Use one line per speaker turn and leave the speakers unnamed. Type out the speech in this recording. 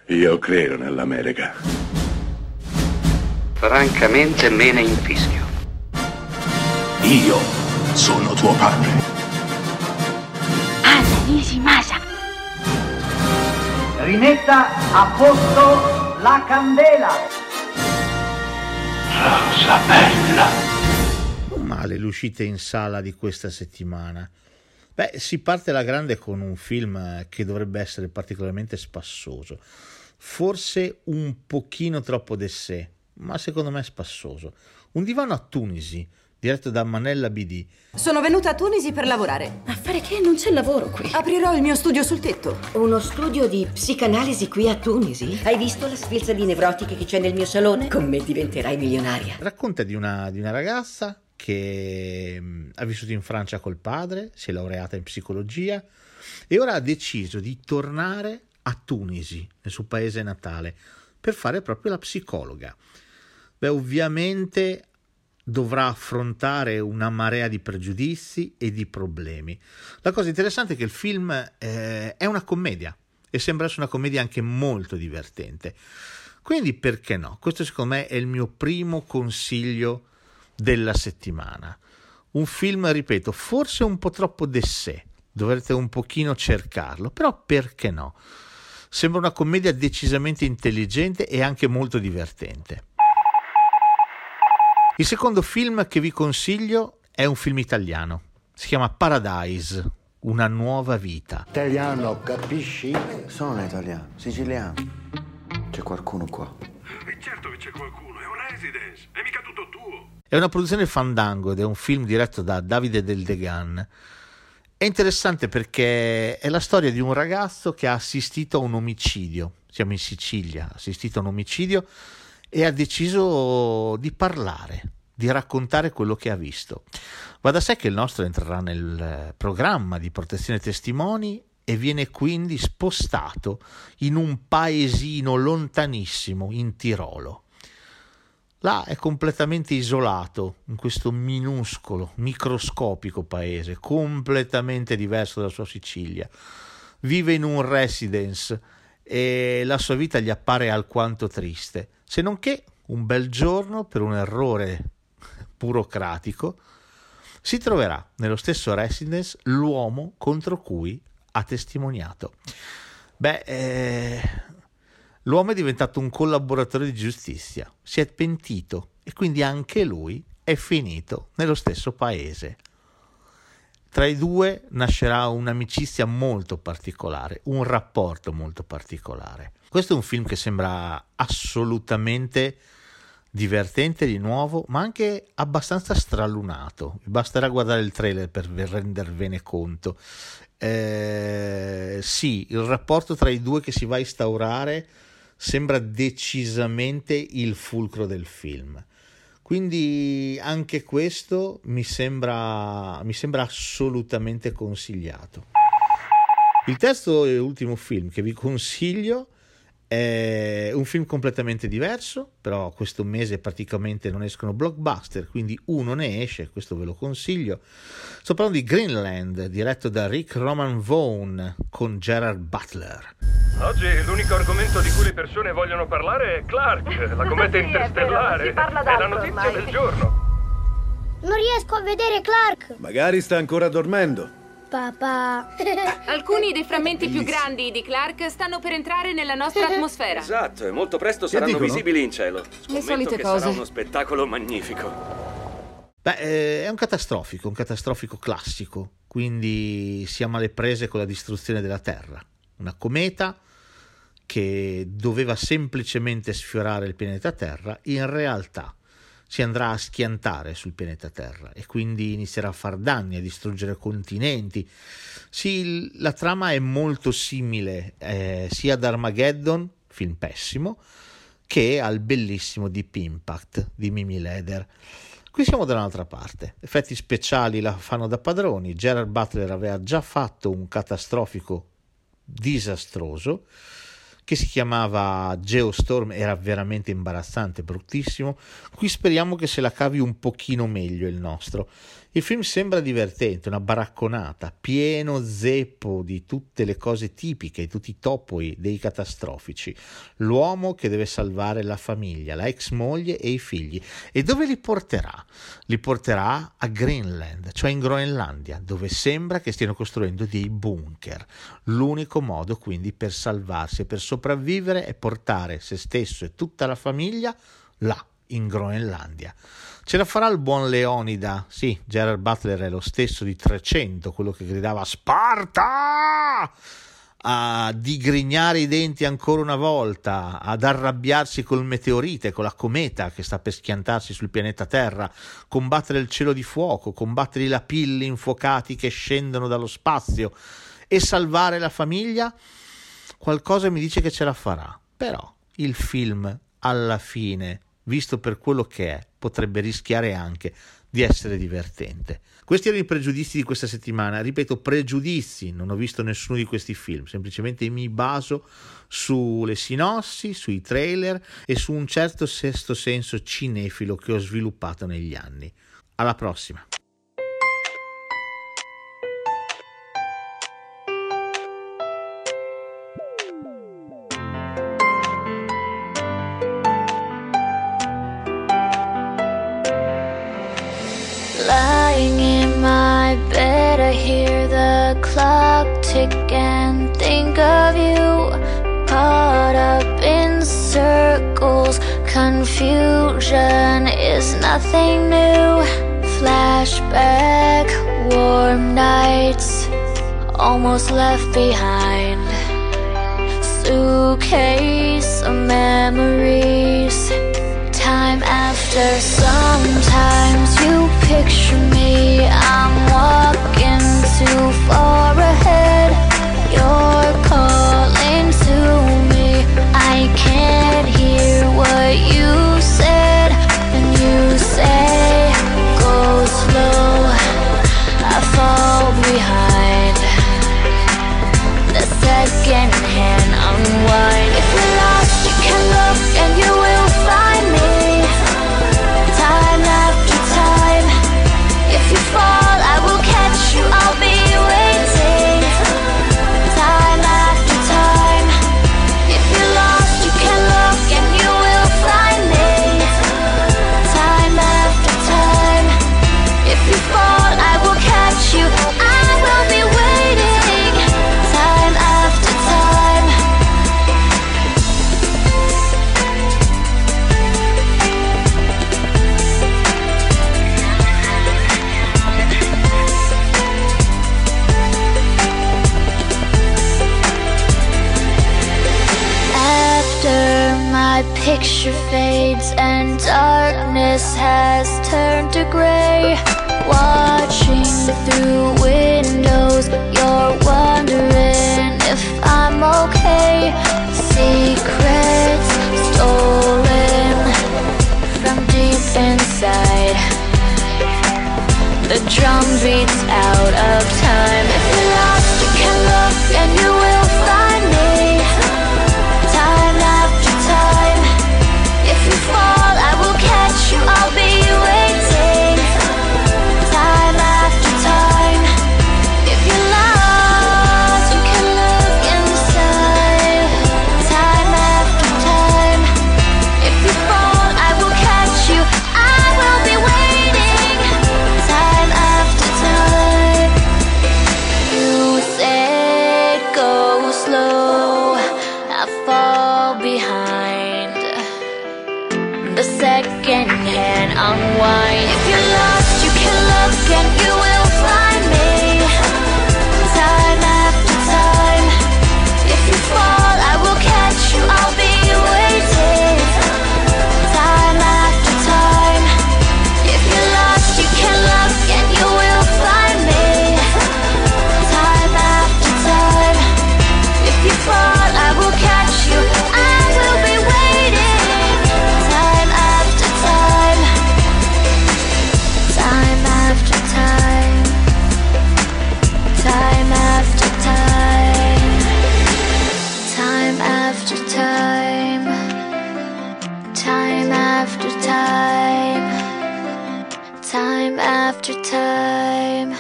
Io credo nell'America.
Francamente me ne infischio.
Io sono tuo padre.
Anna Nishimasa.
Rimetta a posto la candela.
Rosa bella.
Non male l'uscita in sala di questa settimana. Beh, si parte alla grande con un film che dovrebbe essere particolarmente spassoso. Forse un pochino troppo d'essè, ma secondo me spassoso. Un divano a Tunisi, diretto da Manella BD.
Sono venuta a Tunisi per lavorare.
A fare che? Non c'è lavoro qui.
Aprirò il mio studio sul tetto.
Uno studio di psicanalisi qui a Tunisi? Hai visto la sfilza di nevrotiche che c'è nel mio salone? Con me diventerai milionaria.
Racconta di una ragazza che ha vissuto in Francia col padre, si è laureata in psicologia e ora ha deciso di tornare a Tunisi, nel suo paese natale, per fare proprio la psicologa. Beh, ovviamente dovrà affrontare una marea di pregiudizi e di problemi. La cosa interessante è che il film è una commedia e sembra essere una commedia anche molto divertente. Quindi perché no? Questo secondo me è il mio primo consiglio della settimana. Un film, ripeto, forse un po' troppo d'essè, dovrete un pochino cercarlo, però perché no? Sembra una commedia decisamente intelligente e anche molto divertente. Il secondo film che vi consiglio è un film italiano, si chiama Paradise, una nuova vita.
Italiano, capisci?
Sono italiano, siciliano. C'è qualcuno qua.
Certo che c'è qualcuno, è un residence, è mica tutto tuo.
È una produzione Fandango ed è un film diretto da Davide Del Degan. È interessante perché è la storia di un ragazzo che ha assistito a un omicidio, siamo in Sicilia, ha assistito a un omicidio e ha deciso di parlare, di raccontare quello che ha visto. Va da sé che il nostro entrerà nel programma di protezione testimoni e viene quindi spostato in un paesino lontanissimo in Tirolo. Là è completamente isolato in questo minuscolo, microscopico paese, completamente diverso dalla sua Sicilia. Vive in un residence e la sua vita gli appare alquanto triste, se non che un bel giorno, per un errore burocratico, si troverà nello stesso residence l'uomo contro cui ha testimoniato. L'uomo è diventato un collaboratore di giustizia, si è pentito e quindi anche lui è finito nello stesso paese. Tra i due nascerà un'amicizia molto particolare, un rapporto molto particolare. Questo è un film che sembra assolutamente divertente di nuovo, ma anche abbastanza stralunato. Vi basterà guardare il trailer per rendervene conto. Sì, il rapporto tra i due che si va a instaurare sembra decisamente il fulcro del film. Quindi anche questo mi sembra assolutamente consigliato. Il terzo e ultimo film che vi consiglio è un film completamente diverso, però questo mese praticamente non escono blockbuster, quindi uno ne esce, questo ve lo consiglio. Sto parlando di Greenland, diretto da Rick Roman Vaughn con Gerard Butler.
Oggi l'unico argomento di cui le persone vogliono parlare è Clark, la cometa interstellare.
È
la notizia del giorno.
Non riesco a vedere Clark.
Magari sta ancora dormendo.
Papà.
Alcuni dei frammenti più grandi di Clark stanno per entrare nella nostra atmosfera.
Esatto, e molto presto saranno visibili in cielo.
Le solite
che
cose.
Sarà uno spettacolo magnifico.
È un catastrofico classico, quindi siamo alle prese con la distruzione della Terra. Una cometa che doveva semplicemente sfiorare il pianeta Terra, in realtà si andrà a schiantare sul pianeta Terra e quindi inizierà a far danni, a distruggere continenti. Sì, la trama è molto simile sia ad Armageddon, film pessimo, che al bellissimo Deep Impact di Mimi Leder. Qui siamo dall'altra parte, effetti speciali la fanno da padroni. Gerard Butler aveva già fatto un catastrofico disastroso che si chiamava Geostorm, era veramente imbarazzante, bruttissimo. Qui speriamo che se la cavi un pochino meglio il nostro. Il film sembra divertente, una baracconata, pieno zeppo di tutte le cose tipiche, di tutti i topoi dei catastrofici. L'uomo che deve salvare la famiglia, la ex moglie e i figli. E dove li porterà? Li porterà a Greenland, cioè in Groenlandia, dove sembra che stiano costruendo dei bunker. L'unico modo quindi per salvarsi e per sopravvivere è portare se stesso e tutta la famiglia là, in Groenlandia. Ce la farà il buon Leonida? Sì, Gerard Butler è lo stesso di 300, quello che gridava Sparta! A digrignare i denti ancora una volta, ad arrabbiarsi col meteorite, con la cometa che sta per schiantarsi sul pianeta Terra, combattere il cielo di fuoco, combattere i lapilli infuocati che scendono dallo spazio e salvare la famiglia? Qualcosa mi dice che ce la farà, però il film alla fine, visto per quello che è, potrebbe rischiare anche di essere divertente. Questi erano i pregiudizi di questa settimana. Ripeto, pregiudizi, non ho visto nessuno di questi film, semplicemente mi baso sulle sinossi, sui trailer e su un certo sesto senso cinefilo che ho sviluppato negli anni. Alla prossima!
Lying in my bed, I hear the clock tick and think of you. Caught up in circles, confusion is nothing new. Flashback, warm nights, almost left behind. Suitcase of memories. Time after, sometimes you picture me, I'm walking too far ahead. You're calling to me, I can't hear what you said. And you say, go slow, I fall behind. The second hand unwind. If you're lost, you can look and you will find me. Time after time, if you fall, I will catch you, I'll be waiting. Time after time, if you're lost, you can look and you will find me. Time after time, if you fall, I will catch you, I will be waiting. Time after time. My picture fades and darkness has turned to gray. Watching through windows, you're wondering if I'm okay. Secrets stolen from deep inside. The drum beats out of time. If you're lost, you can look and you will find me. Time after time, if you fall, I will catch you, I'll be waiting. Time after time, if you're lost, you can look inside. Time after time, if you fall, I will catch you, I will be waiting. Time after time, you said go slow, I fall behind. The second hand unwind. If you're lost, you can look and you will find me. Time after time, if you fall, I will catch you, I'll be waiting. Time after time, if you're lost, you can look and you will find me. Time after time, if you fall, I will catch you, I will be waiting. Time after time, time after time. after time, time after time, time after time.